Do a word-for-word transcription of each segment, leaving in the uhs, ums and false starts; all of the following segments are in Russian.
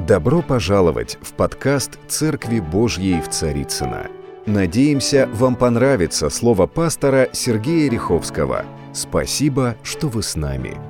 Добро пожаловать в подкаст «Церкви Божьей в Царицыно». Надеемся, вам понравится слово пастора Сергея Риховского. Спасибо, что вы с нами.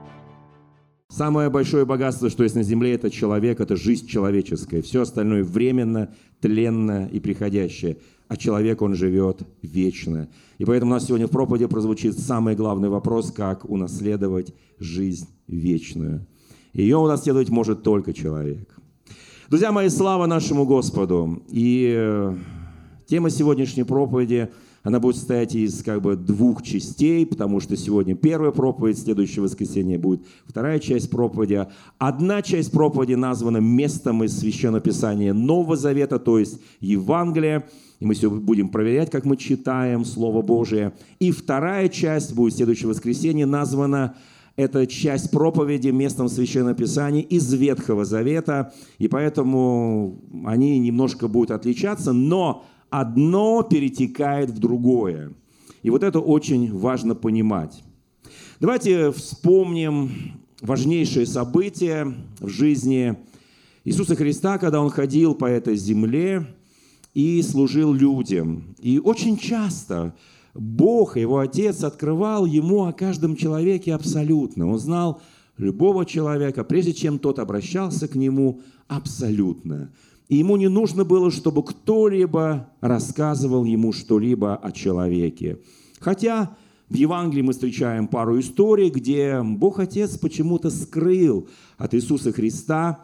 Самое большое богатство, что есть на земле, это человек, это жизнь человеческая. Все остальное временно, тленно и приходящее. А человек, он живет вечно. И поэтому у нас сегодня в проповеди прозвучит самый главный вопрос, как унаследовать жизнь вечную. Ее унаследовать может только человек. Друзья мои, слава нашему Господу! И тема сегодняшней проповеди, она будет состоять из как бы двух частей, потому что сегодня первая проповедь, следующее воскресенье будет вторая часть проповеди. Одна часть проповеди названа местом из Священного Писания Нового Завета, то есть Евангелия. И мы все будем проверять, как мы читаем Слово Божие. И вторая часть будет в следующее воскресенье названа это часть проповеди местом Священного Писания из Ветхого Завета, и поэтому они немножко будут отличаться, но одно перетекает в другое. И вот это очень важно понимать. Давайте вспомним важнейшее событие в жизни Иисуса Христа, когда Он ходил по этой земле и служил людям. И очень часто Бог, Его Отец, открывал Ему о каждом человеке абсолютно. Он знал любого человека, прежде чем тот обращался к Нему, абсолютно. И Ему не нужно было, чтобы кто-либо рассказывал Ему что-либо о человеке. Хотя в Евангелии мы встречаем пару историй, где Бог Отец почему-то скрыл от Иисуса Христа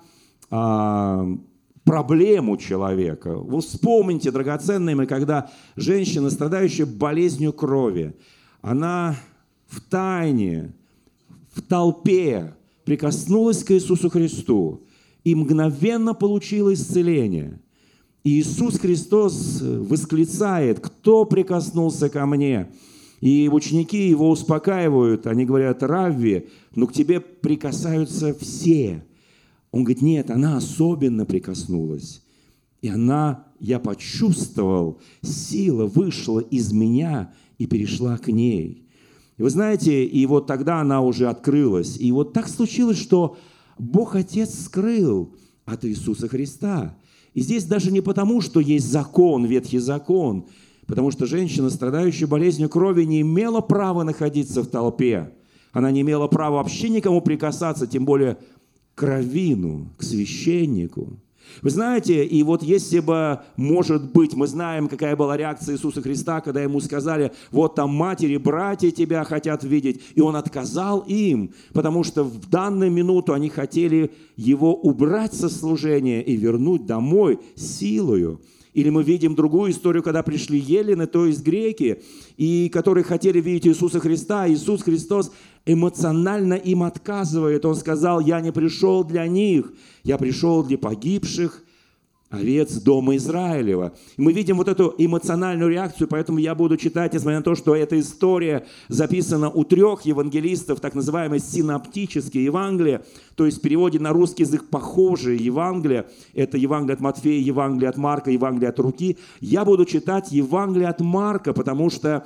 а, проблему человека. Вы вспомните, драгоценные мои, когда женщина, страдающая болезнью крови, она в тайне, в толпе прикоснулась к Иисусу Христу и мгновенно получила исцеление. И Иисус Христос восклицает: «Кто прикоснулся ко мне?» И ученики его успокаивают, они говорят: «Равви, но к тебе прикасаются все». Он говорит: нет, она особенно прикоснулась. И она, я почувствовал, сила вышла из меня и перешла к ней. И вы знаете, и вот тогда она уже открылась. И вот так случилось, что Бог Отец скрыл от Иисуса Христа. И здесь даже не потому, что есть закон, Ветхий закон, потому что женщина, страдающая болезнью крови, не имела права находиться в толпе. Она не имела права вообще никому прикасаться, тем более к раввину, к священнику. Вы знаете, и вот если бы, может быть, мы знаем, какая была реакция Иисуса Христа, когда ему сказали: вот там матери, братья тебя хотят видеть, и он отказал им, потому что в данную минуту они хотели его убрать со служения и вернуть домой силою. Или мы видим другую историю, когда пришли елены, то есть греки, и которые хотели видеть Иисуса Христа. Иисус Христос эмоционально им отказывает. Он сказал: «Я не пришел для них, я пришел для погибших овец дома Израилева». И мы видим вот эту эмоциональную реакцию, поэтому я буду читать, несмотря на то, что эта история записана у трех евангелистов, так называемые синоптические Евангелия, то есть в переводе на русский язык похожие Евангелия. Это Евангелие от Матфея, Евангелие от Марка, Евангелие от Луки. Я буду читать Евангелие от Марка, потому что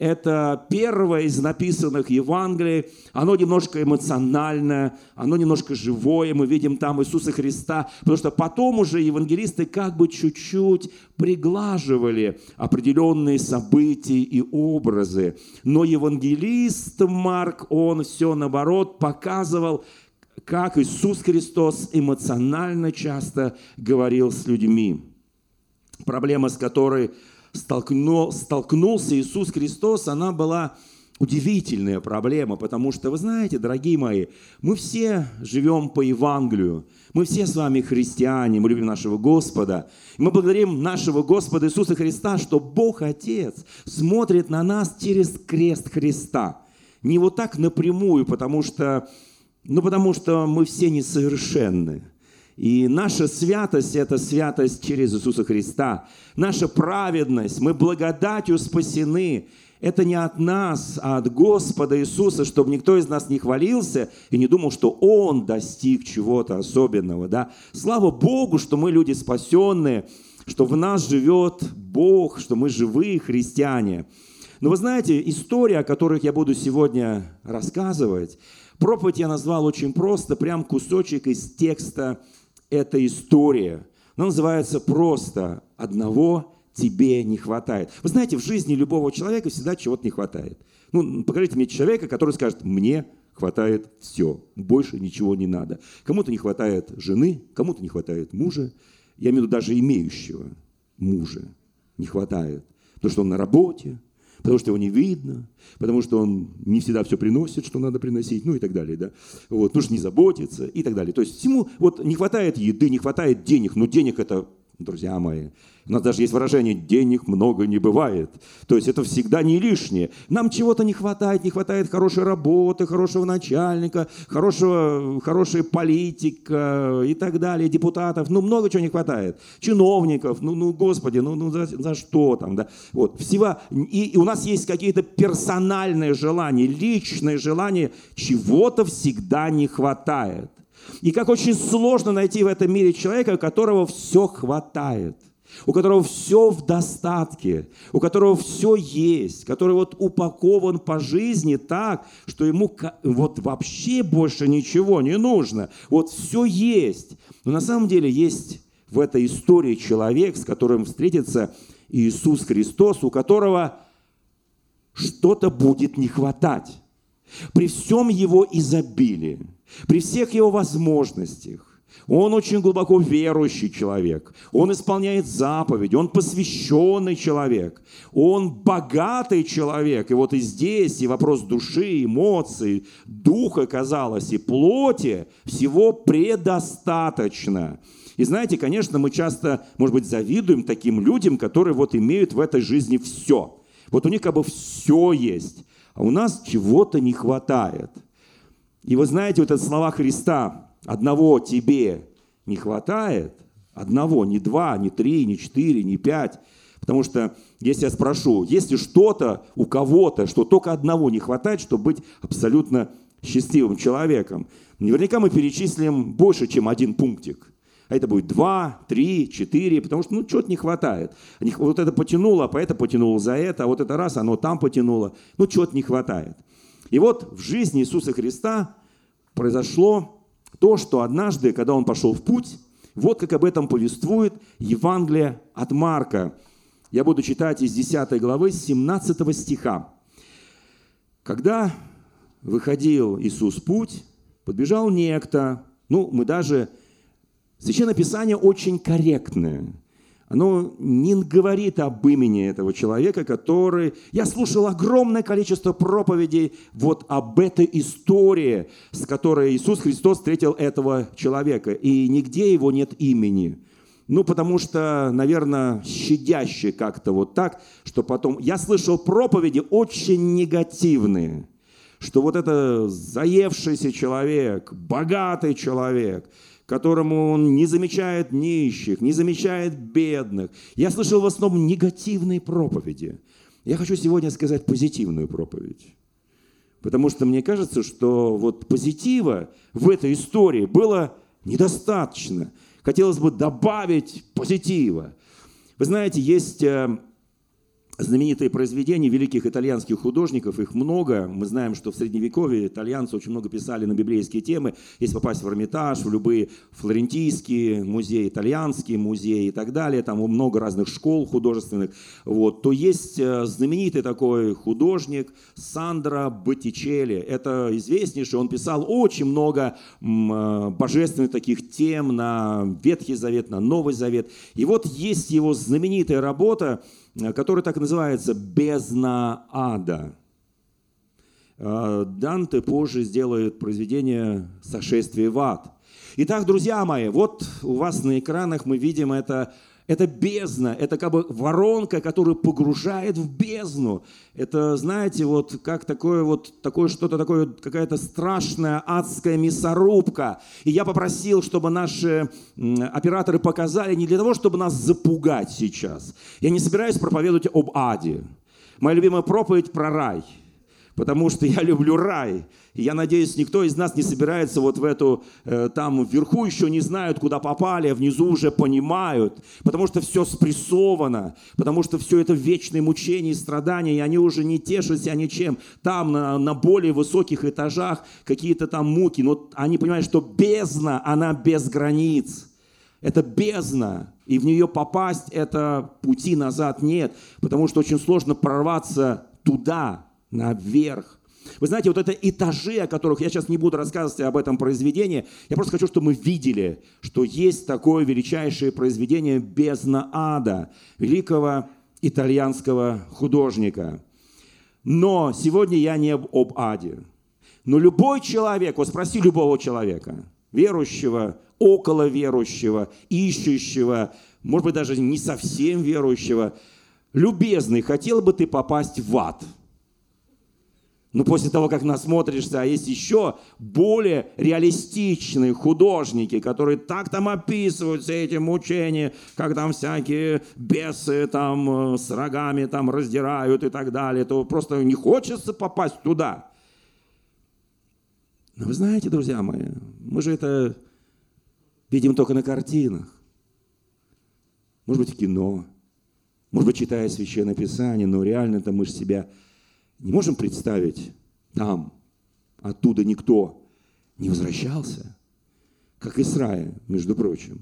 это первое из написанных Евангелий. Оно немножко эмоциональное, оно немножко живое. Мы видим там Иисуса Христа, потому что потом уже евангелисты как бы чуть-чуть приглаживали определенные события и образы. Но евангелист Марк, он все наоборот показывал, как Иисус Христос эмоционально часто говорил с людьми. Проблема, с которой Столкнул, столкнулся Иисус Христос, она была удивительная проблема, потому что, вы знаете, дорогие мои, мы все живем по Евангелию, мы все с вами христиане, мы любим нашего Господа, и мы благодарим нашего Господа Иисуса Христа, что Бог Отец смотрит на нас через крест Христа. Не вот так напрямую, потому что, ну, потому что мы все несовершенны. И наша святость – это святость через Иисуса Христа. Наша праведность, мы благодатью спасены. Это не от нас, а от Господа Иисуса, чтобы никто из нас не хвалился и не думал, что Он достиг чего-то особенного. Да? Слава Богу, что мы люди спасенные, что в нас живет Бог, что мы живые христиане. Но вы знаете, истории, о которых я буду сегодня рассказывать, проповедь я назвал очень просто, прям кусочек из текста эта история, она называется просто «Одного тебе не хватает». Вы знаете, в жизни любого человека всегда чего-то не хватает. Ну, покажите мне человека, который скажет: «Мне хватает все, больше ничего не надо». Кому-то не хватает жены, кому-то не хватает мужа. Я имею в виду даже имеющего мужа не хватает, потому что он на работе, потому что его не видно, потому что он не всегда все приносит, что надо приносить, ну и так далее, да. Вот, нужно не заботиться и так далее. То есть всему вот не хватает еды, не хватает денег, но денег это, друзья мои, у нас даже есть выражение «денег много не бывает». То есть это всегда не лишнее. Нам чего-то не хватает, не хватает хорошей работы, хорошего начальника, хорошего, хорошей политика и так далее, депутатов. Ну, много чего не хватает. Чиновников, ну, ну господи, ну, ну за, за что там, да. Вот, всего. И, и у нас есть какие-то персональные желания, личные желания, чего-то всегда не хватает. И как очень сложно найти в этом мире человека, у которого все хватает, у которого все в достатке, у которого все есть, который вот упакован по жизни так, что ему вот вообще больше ничего не нужно. Вот все есть. Но на самом деле есть в этой истории человек, с которым встретится Иисус Христос, у которого что-то будет не хватать. При всем его изобилии, при всех его возможностях. Он очень глубоко верующий человек. Он исполняет заповеди. Он посвященный человек. Он богатый человек. И вот и здесь, и вопрос души, эмоций, духа, казалось, и плоти всего предостаточно. И знаете, конечно, мы часто, может быть, завидуем таким людям, которые вот имеют в этой жизни все. Вот у них как бы все есть, а у нас чего-то не хватает. И вы знаете, вот это слова Христа: «Одного тебе не хватает», одного, не два, не три, не четыре, не пять. Потому что, если я спрошу, есть ли что-то у кого-то, что только одного не хватает, чтобы быть абсолютно счастливым человеком, наверняка мы перечислим больше, чем один пунктик. А это будет два, три, четыре, потому что ну, чего-то не хватает. Вот это потянуло, а это потянуло за это, а вот это раз, оно там потянуло. Ну, чего-то не хватает. И вот в жизни Иисуса Христа произошло то, что однажды, когда Он пошел в путь, вот как об этом повествует Евангелие от Марка. Я буду читать из десятой главы, семнадцатого стиха. «Когда выходил Иисус в путь, подбежал некто». Ну, мы даже... Священное Писание очень корректное. Оно не говорит об имени этого человека, который... Я слушал огромное количество проповедей вот об этой истории, с которой Иисус Христос встретил этого человека. И нигде его нет имени. Ну, потому что, наверное, щадяще как-то вот так, что потом... Я слышал проповеди очень негативные, что вот это заевшийся человек, богатый человек, которому он не замечает нищих, не замечает бедных. Я слышал в основном негативные проповеди. Я хочу сегодня сказать позитивную проповедь. Потому что мне кажется, что вот позитива в этой истории было недостаточно. Хотелось бы добавить позитива. Вы знаете, есть знаменитые произведения великих итальянских художников, их много. Мы знаем, что в Средневековье итальянцы очень много писали на библейские темы. Если попасть в Эрмитаж, в любые флорентийские музеи, итальянские музеи и так далее, там много разных школ художественных, вот, то есть знаменитый такой художник Сандро Боттичелли. Это известнейший, он писал очень много божественных таких тем на Ветхий Завет, на Новый Завет. И вот есть его знаменитая работа, который так и называется «Бездна ада». Данте позже сделает произведение «Сошествие в ад». Итак, друзья мои, вот у вас на экранах мы видим это, это бездна, это как бы воронка, которая погружает в бездну. Это, знаете, вот как такое вот, такое что-то такое, какая-то страшная адская мясорубка. И я попросил, чтобы наши операторы показали не для того, чтобы нас запугать сейчас. Я не собираюсь проповедовать об аде. Моя любимая проповедь про рай. Потому что я люблю рай. И я надеюсь, никто из нас не собирается вот в эту, э, там вверху еще не знают, куда попали, а внизу уже понимают. Потому что все спрессовано, потому что все это вечные мучения и страдания, и они уже не тешат себя ничем. Там на, на более высоких этажах какие-то там муки, но они понимают, что бездна, она без границ. Это бездна, и в нее попасть, это пути назад нет, потому что очень сложно прорваться туда, наверх. Вы знаете, вот это этажи, о которых я сейчас не буду рассказывать об этом произведении, я просто хочу, чтобы мы видели, что есть такое величайшее произведение «Бездна ада» великого итальянского художника. Но сегодня я не об аде. Но любой человек, вот спроси любого человека, верующего, около верующего, ищущего, может быть, даже не совсем верующего, любезный, хотел бы ты попасть в ад? Но после того, как насмотришься, а есть еще более реалистичные художники, которые так там описывают все эти мучения, как там всякие бесы там с рогами там раздирают и так далее, то просто не хочется попасть туда. Но вы знаете, друзья мои, мы же это видим только на картинах, может быть, в кино, может быть, читая Священное Писание, но реально-то мы же себя не можем представить там, оттуда никто не возвращался, как из рая, между прочим.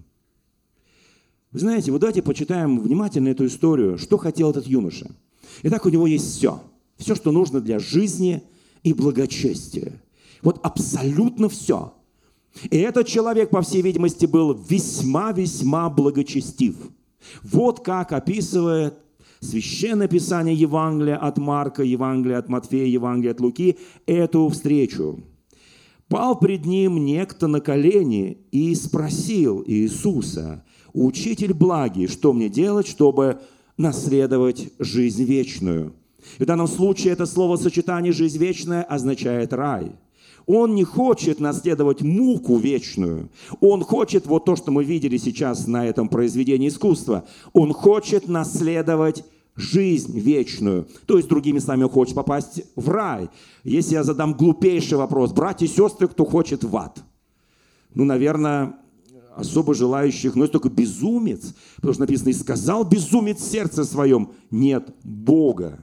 Вы знаете, вот давайте почитаем внимательно эту историю, что хотел этот юноша. Итак, у него есть все, все, что нужно для жизни и благочестия. Вот абсолютно все. И этот человек, по всей видимости, был весьма-весьма благочестив. Вот как описывает Священное Писание, Евангелие от Марка, Евангелие от Матфея, Евангелие от Луки эту встречу. «Пал пред ним некто на колени и спросил Иисуса: „Учитель благий, что мне делать, чтобы наследовать жизнь вечную?“» И в данном случае это словосочетание «жизнь вечная» означает рай. Он не хочет наследовать муку вечную. Он хочет, вот то, что мы видели сейчас на этом произведении искусства, он хочет наследовать жизнь вечную. То есть, другими словами, он хочет попасть в рай. Если я задам глупейший вопрос: братья и сестры, кто хочет в ад? Ну, наверное, особо желающих, но это только безумец. Потому что написано: «И сказал безумец в сердце своем: нет Бога».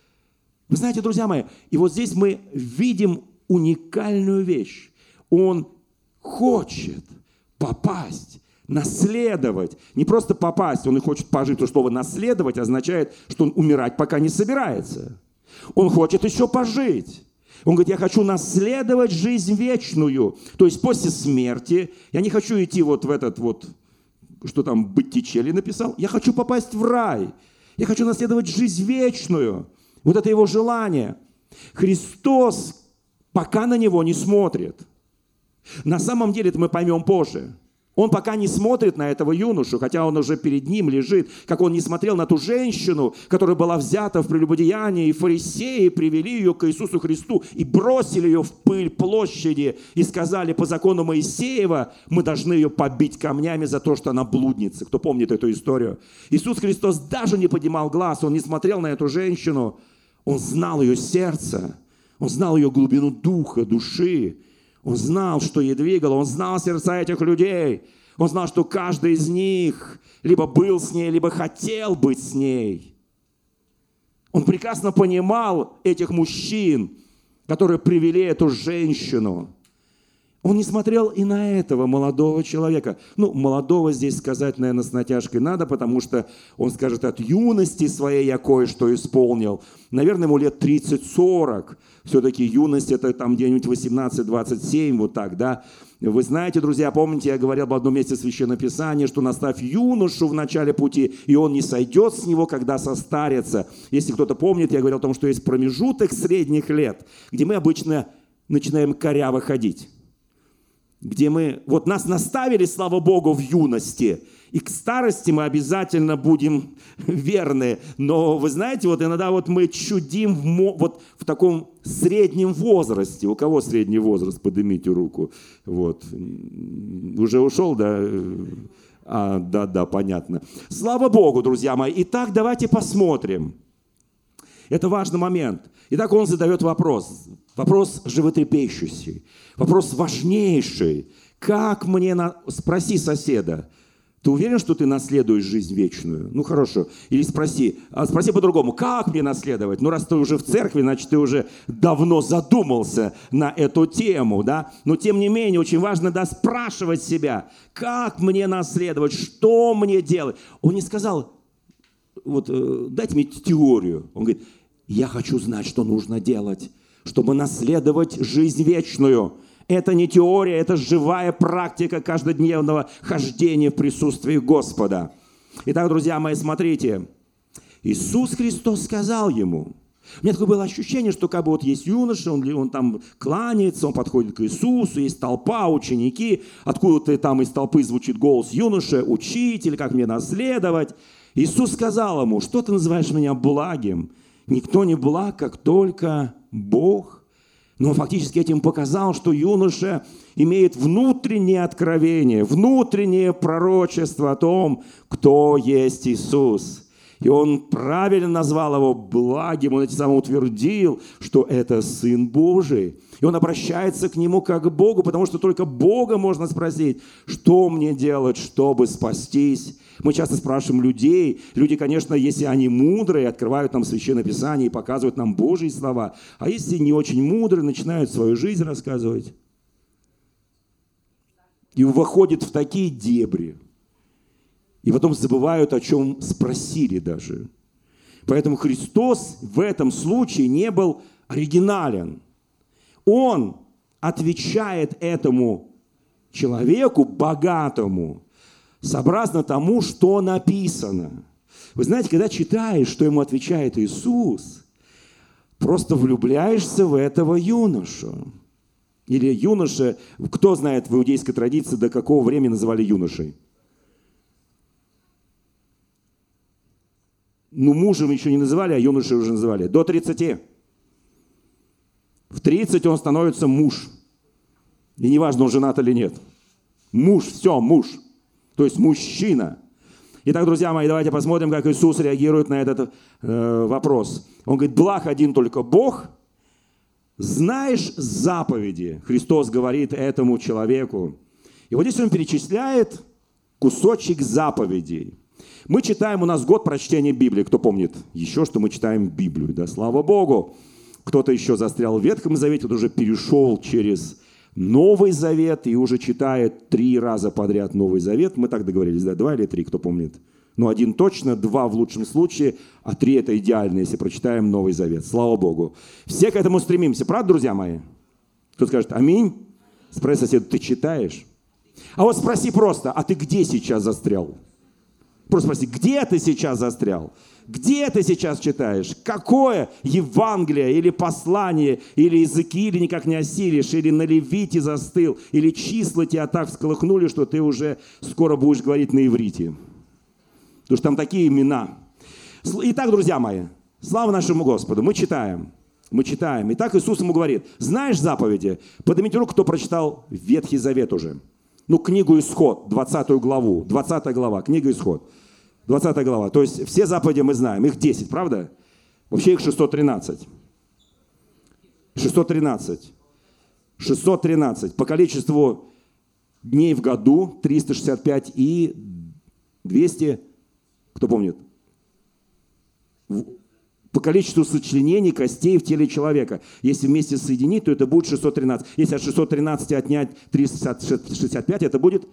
Вы знаете, друзья мои, и вот здесь мы видим уникальную вещь. Он хочет попасть, наследовать. Не просто попасть, он и хочет пожить. То слово «наследовать» означает, что он умирать пока не собирается. Он хочет еще пожить. Он говорит: я хочу наследовать жизнь вечную. То есть после смерти я не хочу идти вот в этот вот, что там Боттичелли написал. Я хочу попасть в рай. Я хочу наследовать жизнь вечную. Вот это его желание. Христос пока на него не смотрит. На самом деле это мы поймем позже. Он пока не смотрит на этого юношу, хотя он уже перед ним лежит, как он не смотрел на ту женщину, которая была взята в прелюбодеянии, и фарисеи привели ее к Иисусу Христу и бросили ее в пыль площади и сказали: по закону Моисеева мы должны ее побить камнями за то, что она блудница. Кто помнит эту историю? Иисус Христос даже не поднимал глаз, он не смотрел на эту женщину, он знал ее сердце, он знал ее глубину духа, души. Он знал, что ей двигало, он знал сердца этих людей. Он знал, что каждый из них либо был с ней, либо хотел быть с ней. Он прекрасно понимал этих мужчин, которые привели эту женщину. Он не смотрел и на этого молодого человека. Ну, молодого здесь сказать, наверное, с натяжкой надо, потому что он скажет: от юности своей я кое-что исполнил. Наверное, ему лет тридцать-сорок. Все-таки юность – это там где-нибудь восемнадцать-двадцать семь, вот так, да. Вы знаете, друзья, помните, я говорил об одном месте Священного Писания, что наставь юношу в начале пути, и он не сойдет с него, когда состарится. Если кто-то помнит, я говорил о том, что есть промежуток средних лет, где мы обычно начинаем коряво ходить. Где мы, вот нас наставили, слава Богу, в юности, и к старости мы обязательно будем верны. Но вы знаете, вот иногда вот мы чудим в, вот в таком среднем возрасте. У кого средний возраст? Поднимите руку. Вот. Уже ушел, да? А, да, да, понятно. Слава Богу, друзья мои. Итак, давайте посмотрим. Это важный момент. Итак, он задает вопрос. Вопрос животрепещущий. Вопрос важнейший. Как мне... На... Спроси соседа. Ты уверен, что ты наследуешь жизнь вечную? Ну хорошо. Или спроси, а спроси по-другому, как мне наследовать? Ну раз ты уже в церкви, значит ты уже давно задумался на эту тему, да? Но тем не менее очень важно, да, спрашивать себя, как мне наследовать, что мне делать? Он не сказал, вот дайте мне теорию. Он говорит, я хочу знать, что нужно делать, чтобы наследовать жизнь вечную. Это не теория, это живая практика каждодневного хождения в присутствии Господа. Итак, друзья мои, смотрите. Иисус Христос сказал ему. У меня такое было ощущение, что как бы вот есть юноша, он, он там кланяется, он подходит к Иисусу, есть толпа, ученики. Откуда-то там из толпы звучит голос юноши, учитель, как мне наследовать. Иисус сказал ему, что ты называешь меня благим? Никто не благ, как только Бог. Но он фактически этим показал, что юноша имеет внутреннее откровение, внутреннее пророчество о том, кто есть Иисус. И он правильно назвал его благим, он этим самым утвердил, что это Сын Божий. И он обращается к нему как к Богу, потому что только Бога можно спросить, что мне делать, чтобы спастись. Мы часто спрашиваем людей. Люди, конечно, если они мудрые, открывают нам Священное Писание и показывают нам Божьи слова. А если не очень мудрые, начинают свою жизнь рассказывать. И выходят в такие дебри. И потом забывают, о чем спросили даже. Поэтому Христос в этом случае не был оригинален. Он отвечает этому человеку богатому, сообразно тому, что написано. Вы знаете, когда читаешь, что ему отвечает Иисус, просто влюбляешься в этого юношу. Или юноша, кто знает в иудейской традиции, до какого времени называли юношей? Ну, мужем еще не называли, а юношей уже называли. До тридцати. В тридцать он становится муж. И неважно, он женат или нет. Муж, все, муж. То есть мужчина. Итак, друзья мои, давайте посмотрим, как Иисус реагирует на этот э, вопрос. Он говорит, благ один только Бог. Знаешь заповеди? Христос говорит этому человеку. И вот здесь он перечисляет кусочек заповедей. Мы читаем, у нас год прочтения Библии. Кто помнит еще, что мы читаем Библию? Да, слава Богу. Кто-то еще застрял в Ветхом Завете, вот уже перешел через Новый Завет и уже читает три раза подряд Новый Завет. Мы так договорились, да? Два или три, кто помнит? Ну, один точно, два в лучшем случае, а три это идеально, если прочитаем Новый Завет. Слава Богу. Все к этому стремимся, правда, друзья мои? Кто скажет аминь? Спроси соседа, ты читаешь? А вот спроси просто, а ты где сейчас застрял? Просто спроси, где ты сейчас застрял? Где ты сейчас читаешь? Какое Евангелие или послание, или языки, или никак не осилишь, или на Левите застыл, или числа тебя так всколыхнули, что ты уже скоро будешь говорить на иврите. Потому что там такие имена. Итак, друзья мои, слава нашему Господу, мы читаем. Мы читаем. Итак, Иисус ему говорит, знаешь заповеди? Поднимите руку, кто прочитал Ветхий Завет уже. Ну, книгу Исход, двадцатую главу, двадцатая глава, книга Исход. двадцатая глава. То есть все заповеди мы знаем. Их десять, правда? Вообще их шестьсот тринадцать. шестьсот тринадцать. шестьсот тринадцать. По количеству дней в году триста шестьдесят пять и двести, кто помнит? По количеству сочленений костей в теле человека. Если вместе соединить, то это будет шестьсот тринадцать. Если от шестисот тринадцати отнять триста шестьдесят пять, это будет...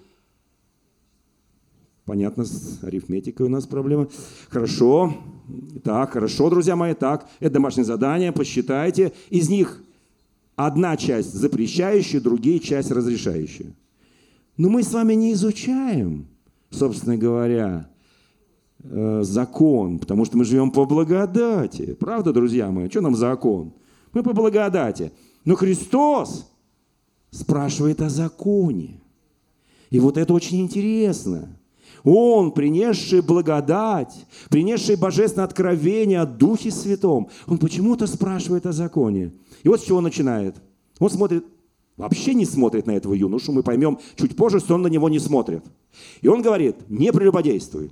Понятно, с арифметикой у нас проблема. Хорошо. Так, хорошо, друзья мои. Так, это домашнее задание, посчитайте. Из них одна часть запрещающая, другие часть разрешающая. Но мы с вами не изучаем, собственно говоря, закон, потому что мы живем по благодати. Правда, друзья мои? Что нам закон? Мы по благодати. Но Христос спрашивает о законе. И вот это очень интересно. Он, принесший благодать, принесший божественное откровение о Духе Святом, он почему-то спрашивает о законе. И вот с чего он начинает. Он смотрит, вообще не смотрит на этого юношу. Мы поймем чуть позже, что он на него не смотрит. И он говорит, не прелюбодействуй.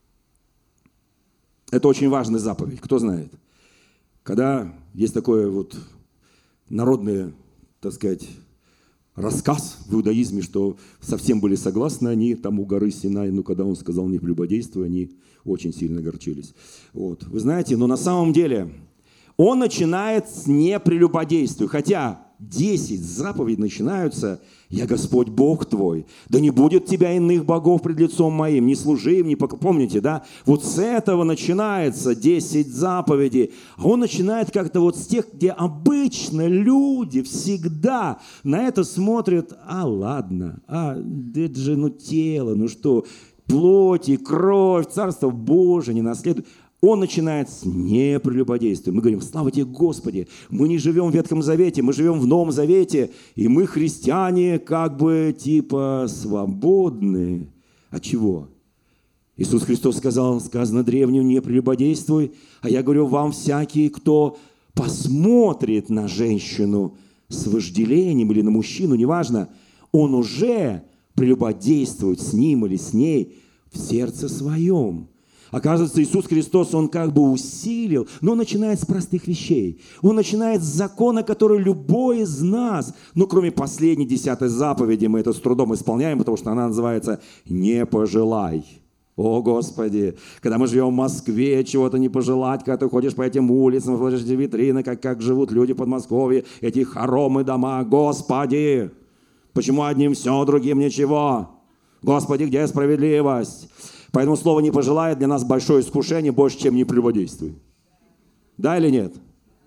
Это очень важная заповедь, кто знает. Когда есть такое вот народное, так сказать, рассказ в иудаизме, что совсем были согласны они там у горы Синай, но когда он сказал «не прелюбодействуй», они очень сильно огорчились. Вот. Вы знаете, но на самом деле он начинает с «непрелюбодействуй», хотя десять заповедей начинаются «Я Господь Бог твой, да не будет тебя иных богов пред лицом моим, не служи им, не пок...» Помните, да? Вот с этого начинается десять заповедей. А он начинает как-то вот с тех, где обычно люди всегда на это смотрят: а ладно, а это же ну тело, ну что, плоть и кровь, Царство Божие не наследует. Он начинает с непрелюбодействия. Мы говорим: слава тебе, Господи, мы не живем в Ветхом Завете, мы живем в Новом Завете, и мы, христиане, как бы типа свободны. От чего? Иисус Христос сказал, сказано древним: не прелюбодействуй, а я говорю вам, всякий, кто посмотрит на женщину с вожделением или на мужчину, неважно, он уже прелюбодействует с ним или с ней в сердце своем. Оказывается, Иисус Христос, Он как бы усилил, но Он начинает с простых вещей. Он начинает с закона, который любой из нас, ну, кроме последней десятой заповеди, мы это с трудом исполняем, потому что она называется «не пожелай». О, Господи, когда мы живем в Москве, чего-то не пожелать, когда ты ходишь по этим улицам, смотришь эти витрины, как, как живут люди в Подмосковье, эти хоромы дома. Господи, почему одним все, другим ничего? Господи, где справедливость? Поэтому слово «не пожелай» для нас большое искушение, больше, чем «не прелюбодействуй». Да или нет?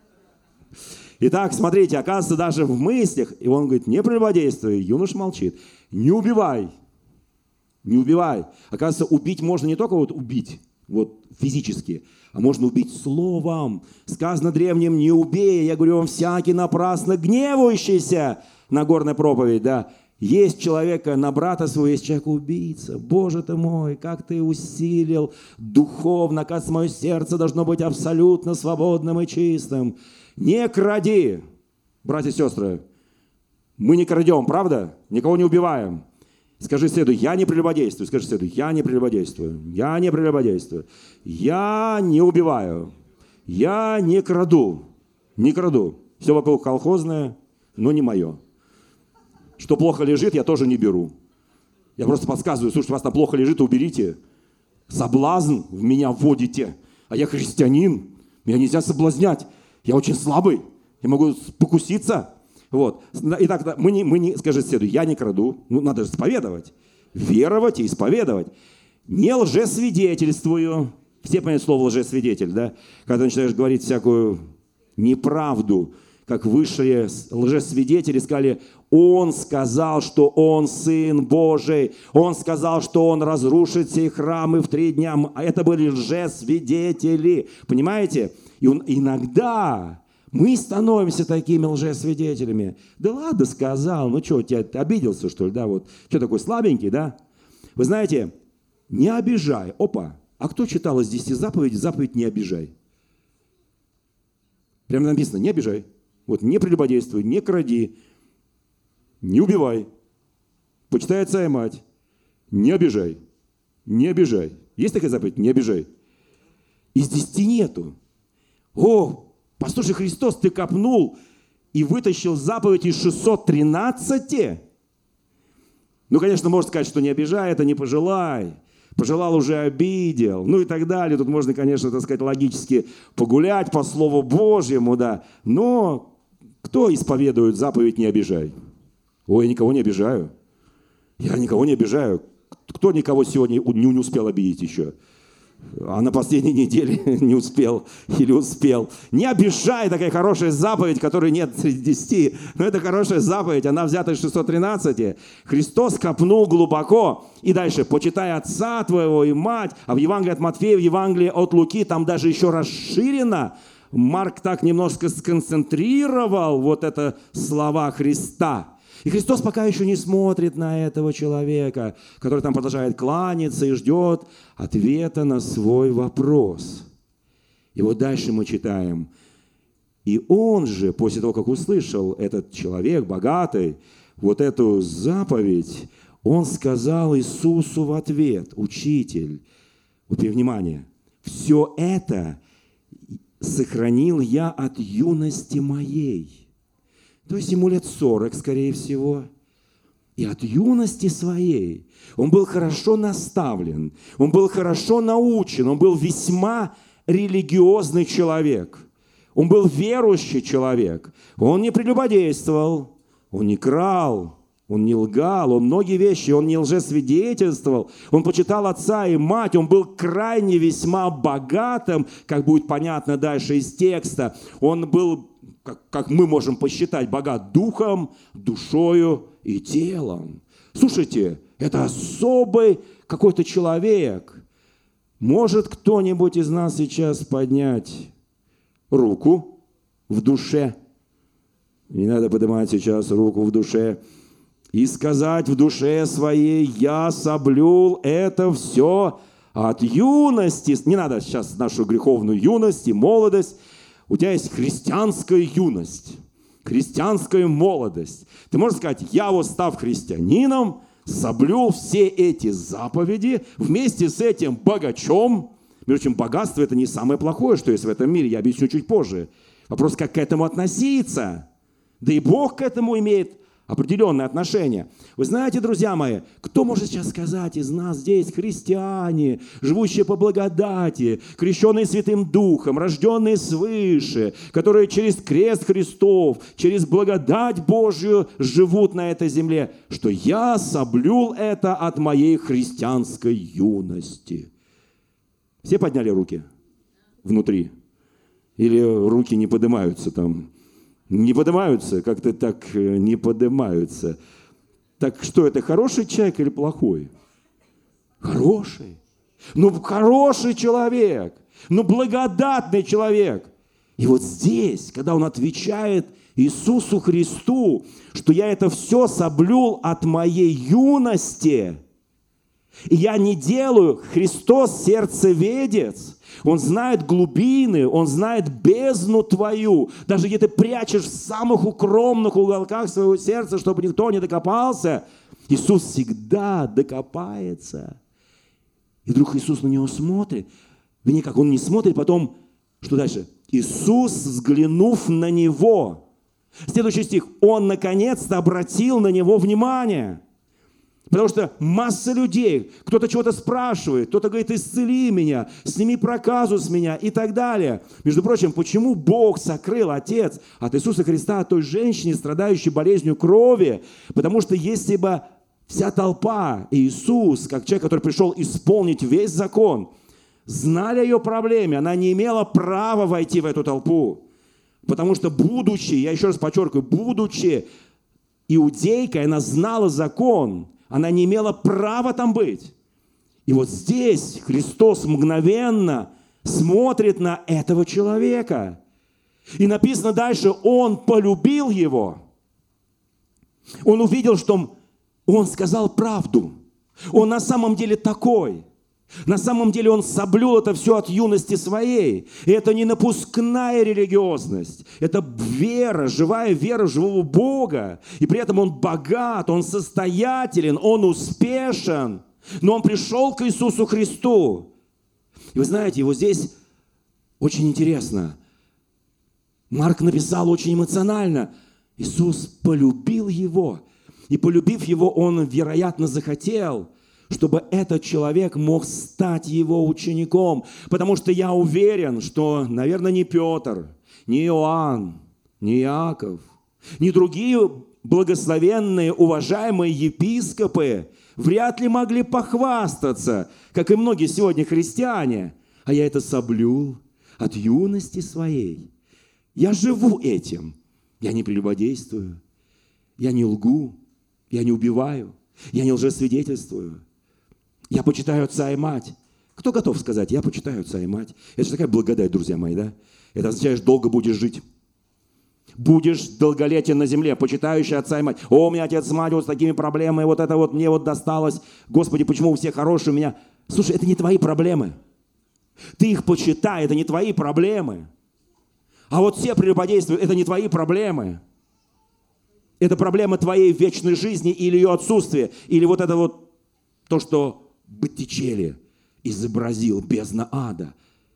Итак, смотрите, оказывается, даже в мыслях, и он говорит: не прелюбодействуй, юноша молчит, не убивай, не убивай. Оказывается, убить можно не только вот убить, вот физически, а можно убить словом. Сказано древним: не убей, я говорю вам, всякий напрасно гневающийся, Нагорная проповедь, да. Есть человека на брата своего, есть человек-убийца. Боже ты мой, как ты усилил духовно, оказывается, мое сердце должно быть абсолютно свободным и чистым. Не кради, братья и сестры. Мы не крадем, правда? Никого не убиваем. Скажи следуй: я не прелюбодействую. Скажи следуй: я не прелюбодействую. Я не прелюбодействую. Я не убиваю. Я не краду. Не краду. Все вокруг колхозное, но не мое. Что плохо лежит, я тоже не беру. Я просто подсказываю: слушайте, у вас там плохо лежит, уберите. Соблазн в меня вводите. А я христианин, меня нельзя соблазнять. Я очень слабый, я могу покуситься. Вот. Итак, мы не, мы не, скажи следуй: я не краду. Ну, надо же исповедовать. Веровать и исповедовать. Не лжесвидетельствую. Все понимают слово лжесвидетель, да? Когда начинаешь говорить всякую неправду, как высшие лжесвидетели сказали: он сказал, что он Сын Божий, он сказал, что он разрушит сей храмы в три дня. А это были лжесвидетели. Понимаете? И он, иногда мы становимся такими лжесвидетелями. Да ладно, сказал, ну что, тебя обиделся, что ли? Да, вот. Что такой слабенький, да? Вы знаете, не обижай. Опа, а кто читал из десяти заповедей заповедь «не обижай»? Прямо написано: не обижай. Вот, не прелюбодействуй, не кради, не убивай, почитай отца и мать, не обижай, не обижай. Есть такая заповедь? Не обижай. Из десяти нету. О, послушай, Христос, ты копнул и вытащил заповедь из шестисот тринадцати? Ну, конечно, можно сказать, что не обижай, это не пожелай. Пожелал, уже обидел, ну и так далее. Тут можно, конечно, так сказать, логически погулять по Слову Божьему, да. Но кто исповедует заповедь «не обижай»? Ой, я никого не обижаю. Я никого не обижаю. Кто никого сегодня не успел обидеть еще? А на последней неделе не успел или успел. Не обижай, такая хорошая заповедь, которой нет среди десяти. Но это хорошая заповедь, она взята из шестисот тринадцати. Христос копнул глубоко. И дальше: почитай отца твоего и мать. А в Евангелии от Матфея, в Евангелии от Луки там даже еще расширено. Марк так немножко сконцентрировал вот это слова Христа. И Христос пока еще не смотрит на этого человека, который там продолжает кланяться и ждет ответа на свой вопрос. И вот дальше мы читаем: и он же, после того, как услышал этот человек, богатый, вот эту заповедь, он сказал Иисусу в ответ: учитель, вот внимание, все это сохранил я от юности моей. То есть ему лет сорок, скорее всего. И от юности своей он был хорошо наставлен, он был хорошо научен, он был весьма религиозный человек, он был верующий человек, он не прелюбодействовал, он не крал, он не лгал, он многие вещи, он не лжесвидетельствовал, он почитал отца и мать, он был крайне весьма богатым, как будет понятно дальше из текста. Он был, как, как мы можем посчитать, богат духом, душою и телом. Слушайте, это особый какой-то человек. Может кто-нибудь из нас сейчас поднять руку в душе? Не надо поднимать сейчас руку в душе. И сказать в душе своей: я соблюл это все от юности. Не надо сейчас нашу греховную юность и молодость. У тебя есть христианская юность, христианская молодость. Ты можешь сказать: я вот, став христианином, соблюл все эти заповеди вместе с этим богачом. Между прочим, богатство – это не самое плохое, что есть в этом мире. Я объясню чуть позже. Вопрос, как к этому относиться. Да и Бог к этому имеет определенное отношение. Вы знаете, друзья мои, кто может сейчас сказать из нас здесь христиане, живущие по благодати, крещенные Святым Духом, рожденные свыше, которые через крест Христов, через благодать Божью живут на этой земле, что я соблюл это от моей христианской юности? Все подняли руки внутри? Или руки не поднимаются там? Не поднимаются, как-то так не поднимаются. Так что это, хороший человек или плохой? Хороший. Ну, хороший человек. Ну, благодатный человек. И вот здесь, когда он отвечает Иисусу Христу, что я это все соблюл от моей юности, и я не делаю, Христос сердцеведец, Он знает глубины, Он знает бездну твою. Даже где ты прячешь в самых укромных уголках своего сердца, чтобы никто не докопался, Иисус всегда докопается. И вдруг Иисус на него смотрит. Вернее, как Он не смотрит, потом, что дальше? Иисус, взглянув на него. Следующий стих. Он наконец-то обратил на него внимание. Потому что масса людей, кто-то чего-то спрашивает, кто-то говорит: исцели меня, сними проказу с меня и так далее. Между прочим, почему Бог сокрыл, Отец, от Иисуса Христа, от той женщине, страдающей болезнью крови? Потому что если бы вся толпа и Иисус, как человек, который пришел исполнить весь закон, знали о ее проблеме, она не имела права войти в эту толпу. Потому что будучи, я еще раз подчеркиваю, будучи иудейкой, она знала закон, она не имела права там быть. И вот здесь Христос мгновенно смотрит на этого человека. И написано дальше: Он полюбил его. Он увидел, что он сказал правду. Он на самом деле такой. На самом деле он соблюл это все от юности своей. И это не напускная религиозность. Это вера, живая вера в живого Бога. И при этом он богат, он состоятелен, он успешен. Но он пришел к Иисусу Христу. И вы знаете, его здесь очень интересно. Марк написал очень эмоционально. Иисус полюбил его. И полюбив его, он, вероятно, захотел, чтобы этот человек мог стать его учеником. Потому что я уверен, что, наверное, ни Петр, ни Иоанн, ни Иаков, ни другие благословенные, уважаемые епископы вряд ли могли похвастаться, как и многие сегодня христиане. А я это соблюл от юности своей. Я живу этим. Я не прелюбодействую, я не лгу, я не убиваю, я не лжесвидетельствую. Я почитаю отца и мать. Кто готов сказать: я почитаю отца и мать? Это же такая благодать, друзья мои, да? Это означает, что долго будешь жить. Будешь долголетен на земле, почитающий отца и мать. О, у меня отец и мать вот с такими проблемами, вот это вот мне вот досталось. Господи, почему у всех хорошие у меня? Слушай, это не твои проблемы. Ты их почитай, это не твои проблемы. А вот все прелюбодействуют, это не твои проблемы. Это проблема твоей вечной жизни или ее отсутствия. Или вот это вот то, что Боттичелли изобразил, бездна ада.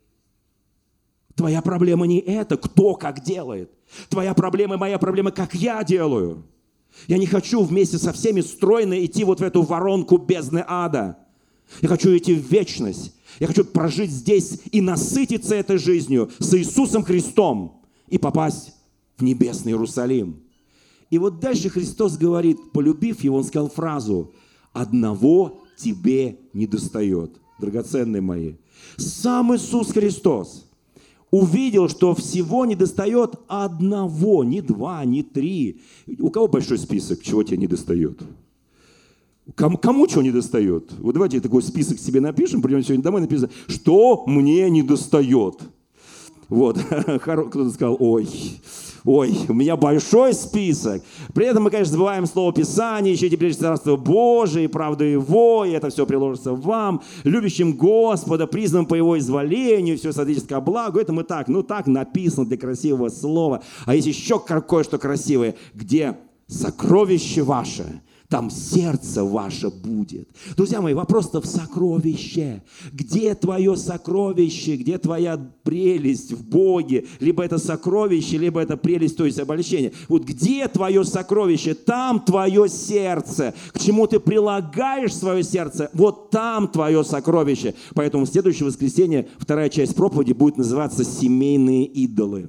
Твоя проблема не это, кто как делает. Твоя проблема и моя проблема, как я делаю. Я не хочу вместе со всеми стройно идти вот в эту воронку бездны ада. Я хочу идти в вечность. Я хочу прожить здесь и насытиться этой жизнью с Иисусом Христом и попасть в небесный Иерусалим. И вот дальше Христос говорит, полюбив его, он сказал фразу: «Одного тебе недостает». Драгоценные мои, сам Иисус Христос увидел, что всего недостает одного, не два, не три. У кого большой список, чего тебе недостает? Кому, кому чего недостает? Вот давайте такой список себе напишем, придем сегодня домой, написано, что мне недостает. Вот, кто-то сказал, ой, ой, у меня большой список. При этом мы, конечно, забываем слово Писание, ищите прежде Царство Божие, и правду Его, и это все приложится вам, любящим Господа, признанным по Его изволению, все соответствует ко благу. Это мы так, ну так написано для красивого слова. А есть еще кое-что красивое, где сокровище ваше, там сердце ваше будет. Друзья мои, вопрос-то в сокровище. Где твое сокровище? Где твоя прелесть в Боге? Либо это сокровище, либо это прелесть, то есть обольщение. Вот где твое сокровище? Там твое сердце. К чему ты прилагаешь свое сердце? Вот там твое сокровище. Поэтому в следующее воскресенье вторая часть проповеди будет называться «Семейные идолы».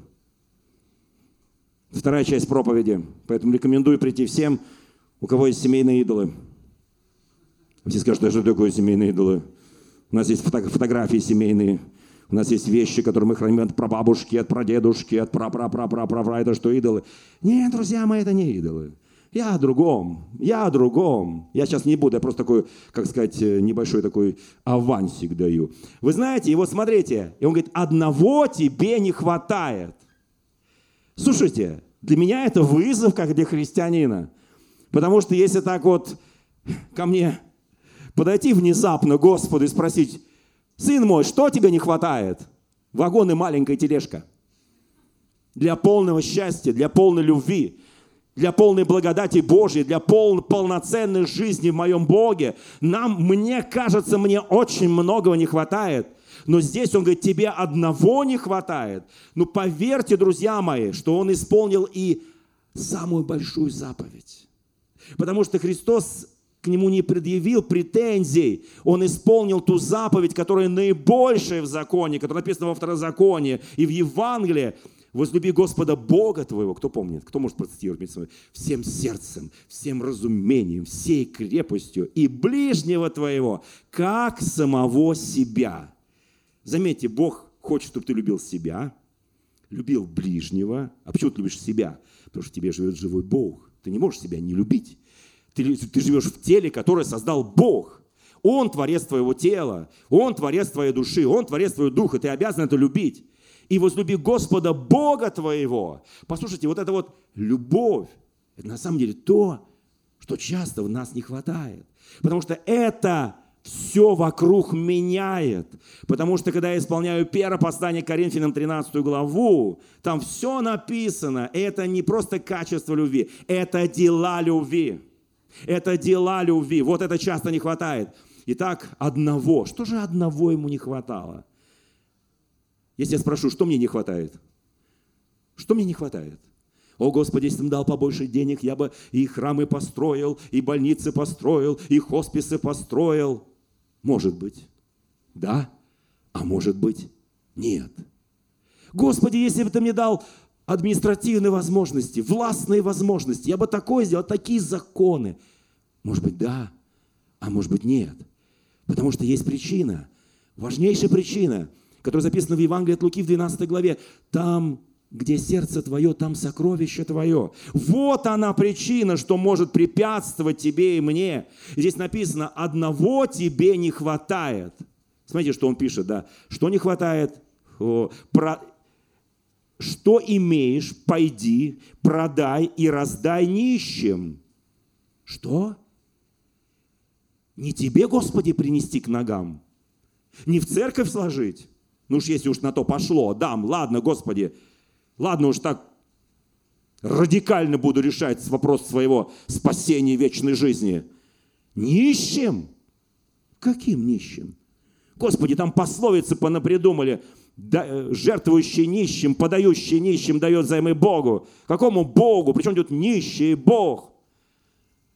Вторая часть проповеди. Поэтому рекомендую прийти всем, у кого есть семейные идолы. Все скажут, что такое семейные идолы? У нас есть фото- фотографии семейные. У нас есть вещи, которые мы храним от прабабушки, от прадедушки, от пра-пра-пра-пра-пра. Это что, идолы? Нет, друзья мои, это не идолы. Я о другом. Я о другом. Я сейчас не буду, я просто такой, как сказать, небольшой такой авансик даю. Вы знаете, и вот смотрите. И он говорит, одного тебе не хватает. Слушайте, для меня это вызов, как для христианина. Потому что если так вот ко мне подойти внезапно Господу и спросить, сын мой, что тебе не хватает? Вагон и маленькая тележка. Для полного счастья, для полной любви, для полной благодати Божьей, для пол, полноценной жизни в моем Боге. Нам, мне кажется, мне очень многого не хватает. Но здесь он говорит, тебе одного не хватает. Ну поверьте, друзья мои, что он исполнил и самую большую заповедь. Потому что Христос к нему не предъявил претензий. Он исполнил ту заповедь, которая наибольшая в законе, которая написана во Второзаконии и в Евангелии. Возлюби Господа Бога твоего. Кто помнит? Кто может процитировать? Всем сердцем, всем разумением, всей крепостью и ближнего твоего, как самого себя. Заметьте, Бог хочет, чтобы ты любил себя, любил ближнего. А почему ты любишь себя? Потому что в тебе живет живой Бог. Ты не можешь себя не любить. Ты, ты живешь в теле, которое создал Бог. Он творец твоего тела, Он творец твоей души, Он творец твоего духа. Ты обязан это любить. И возлюби Господа Бога твоего. Послушайте, вот эта вот любовь, это на самом деле то, что часто в нас не хватает. Потому что это все вокруг меняет. Потому что, когда я исполняю первое послание к Коринфянам, тринадцатую главу, там все написано. Это не просто качество любви, это дела любви. Это дела любви. Вот это часто не хватает. Итак, одного. Что же одного ему не хватало? Если я спрошу, что мне не хватает? Что мне не хватает? О, Господи, если бы дал побольше денег, я бы и храмы построил, и больницы построил, и хосписы построил. Может быть, да, а может быть, нет. Господи, если бы Ты мне дал административные возможности, властные возможности, я бы такое сделал, такие законы. Может быть, да, а может быть, нет. Потому что есть причина, важнейшая причина, которая записана в Евангелии от Луки в двенадцатой главе. Там, где сердце твое, там сокровище твое. Вот она причина, что может препятствовать тебе и мне. Здесь написано, одного тебе не хватает. Смотрите, что он пишет, да. Что не хватает? О, про... Что имеешь, пойди, продай и раздай нищим. Что? Не тебе, Господи, принести к ногам? Не в церковь сложить? Ну уж если уж на то пошло, дам, ладно, Господи. Ладно уж так радикально буду решать вопрос своего спасения вечной жизни. Нищим? Каким нищим? Господи, там пословицы понапридумали. Да, жертвующий нищим, подающий нищим дает взаймы Богу. Какому Богу? Причем тут нищий Бог?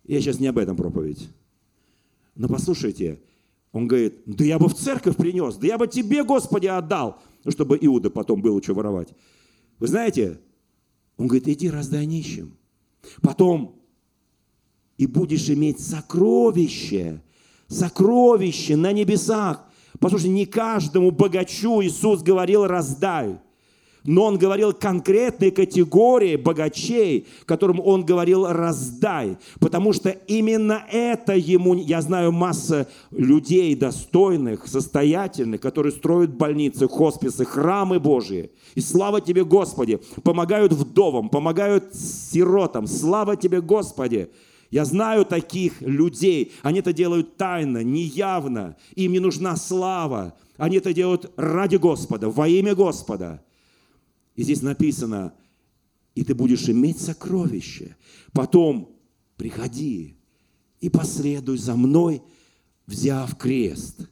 Я сейчас не об этом проповедь. Но послушайте, он говорит, да я бы в церковь принес, да я бы тебе, Господи, отдал, ну, чтобы Иуда потом было что воровать. Вы знаете, он говорит, иди раздай нищим. Потом и будешь иметь сокровище, сокровище на небесах. Послушайте, не каждому богачу Иисус говорил, раздай. Но Он говорил конкретной категории богачей, которым Он говорил раздай. Потому что именно это Ему, я знаю масса людей достойных, состоятельных, которые строят больницы, хосписы, храмы Божьи. И слава Тебе, Господи, помогают вдовам, помогают сиротам. Слава Тебе, Господи. Я знаю таких людей, они это делают тайно, неявно, им не нужна слава. Они это делают ради Господа, во имя Господа. И здесь написано, и ты будешь иметь сокровище. Потом приходи и последуй за мной, взяв крест.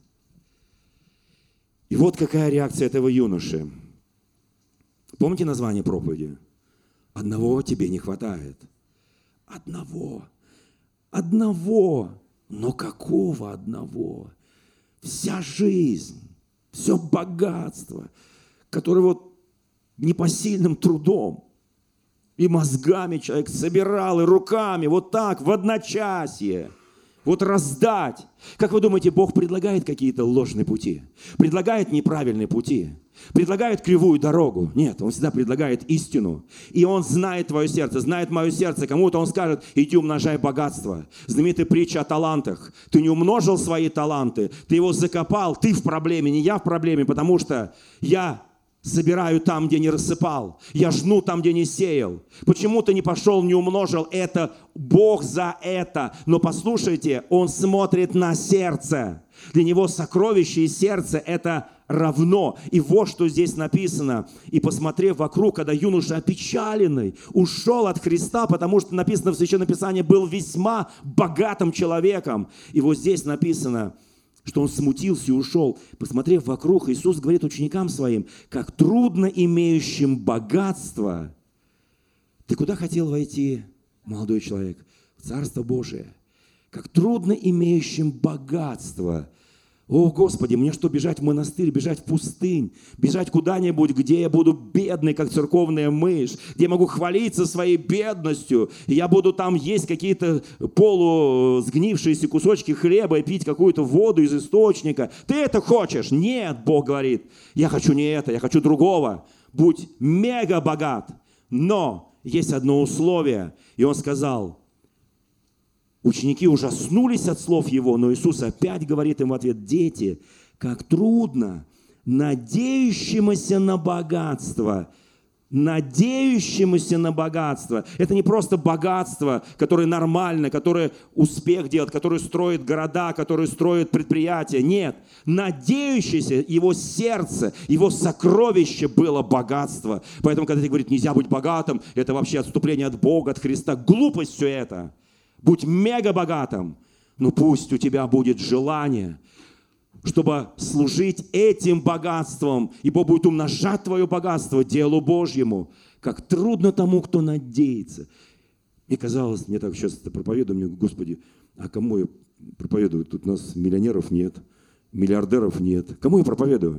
И вот какая реакция этого юноши. Помните название проповеди? Одного тебе не хватает. Одного. Одного. Но какого одного? Вся жизнь, все богатство, которое вот непосильным трудом и мозгами человек собирал, и руками, вот так, в одночасье, вот раздать. Как вы думаете, Бог предлагает какие-то ложные пути? Предлагает неправильные пути? Предлагает кривую дорогу? Нет, Он всегда предлагает истину. И Он знает твое сердце, знает мое сердце. Кому-то Он скажет, иди умножай богатство. Знаменитая притча о талантах. Ты не умножил свои таланты, ты его закопал, ты в проблеме, не я в проблеме, потому что я собираю там, где не рассыпал. Я жну там, где не сеял. Почему ты не пошел, не умножил? Это Бог за это. Но послушайте, Он смотрит на сердце. Для Него сокровище и сердце – это равно. И вот что здесь написано. И посмотрев вокруг, когда юноша опечаленный ушел от Христа, потому что написано в Священном Писании, был весьма богатым человеком. И вот здесь написано, что он смутился и ушел. Посмотрев вокруг, Иисус говорит ученикам своим, как трудно имеющим богатство. Ты куда хотел войти, молодой человек? В Царство Божие. Как трудно имеющим богатство. О, Господи, мне что, бежать в монастырь, бежать в пустынь, бежать куда-нибудь, где я буду бедный, как церковная мышь, где я могу хвалиться своей бедностью, и я буду там есть какие-то полусгнившиеся кусочки хлеба и пить какую-то воду из источника. Ты это хочешь? Нет, Бог говорит, я хочу не это, я хочу другого. Будь мега богат. Но есть одно условие, и Он сказал, ученики ужаснулись от слов Его, но Иисус опять говорит им в ответ, дети, как трудно надеющемуся на богатство, надеющемуся на богатство. Это не просто богатство, которое нормально, которое успех делает, которое строит города, которое строит предприятия. Нет, надеющийся, его сердце, его сокровище было богатство. Поэтому, когда ты говоришь, нельзя быть богатым, это вообще отступление от Бога, от Христа. Глупость все это. Будь мега богатым, но пусть у тебя будет желание, чтобы служить этим богатством, и Бог будет умножать твое богатство делу Божьему. Как трудно тому, кто надеется. Мне казалось, мне так сейчас это проповедую, мне, Господи, а кому я проповедую? Тут у нас миллионеров нет, миллиардеров нет. Кому я проповедую?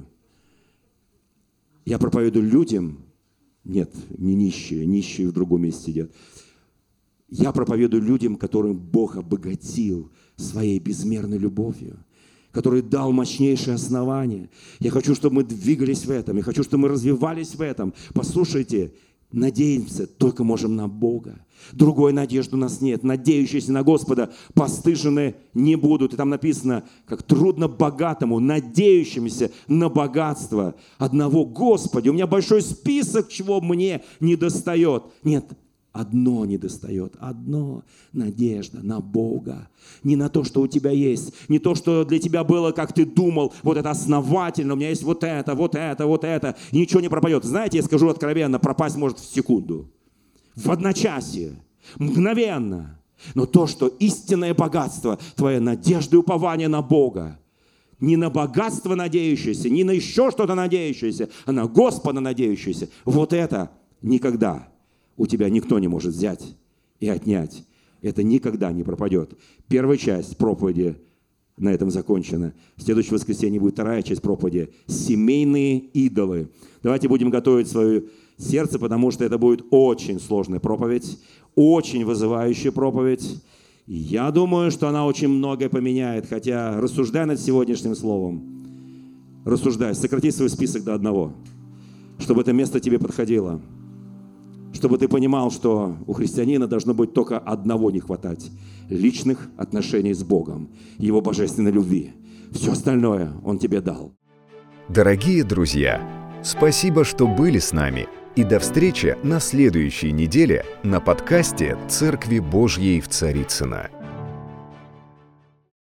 Я проповедую людям. Нет, не нищие, нищие в другом месте сидят. Я проповедую людям, которым Бог обогатил своей безмерной любовью, который дал мощнейшее основание. Я хочу, чтобы мы двигались в этом, я хочу, чтобы мы развивались в этом. Послушайте, надеемся только можем на Бога. Другой надежды у нас нет. Надеющиеся на Господа постыжены не будут. И там написано, как трудно богатому, надеющемуся на богатство одного. Господи, у меня большой список, чего мне не достает. Нет, одно недостает, одно – надежда на Бога. Не на то, что у тебя есть, не то, что для тебя было, как ты думал, вот это основательно, у меня есть вот это, вот это, вот это, и ничего не пропадет. Знаете, я скажу откровенно, пропасть может в секунду, в одночасье, мгновенно. Но то, что истинное богатство, твоя надежда и упование на Бога, не на богатство надеющееся, не на еще что-то надеющееся, а на Господа надеющееся, вот это никогда у тебя никто не может взять и отнять. Это никогда не пропадет. Первая часть проповеди на этом закончена. В следующее воскресенье будет вторая часть проповеди «Семейные идолы». Давайте будем готовить свое сердце, потому что это будет очень сложная проповедь, очень вызывающая проповедь. Я думаю, что она очень многое поменяет, хотя рассуждай над сегодняшним словом. Рассуждай, сократи свой список до одного, чтобы это место тебе подходило. Чтобы ты понимал, что у христианина должно быть только одного не хватать – личных отношений с Богом, Его божественной любви. Все остальное Он тебе дал. Дорогие друзья, спасибо, что были с нами. И до встречи на следующей неделе на подкасте «Церкви Божьей в Царицыно».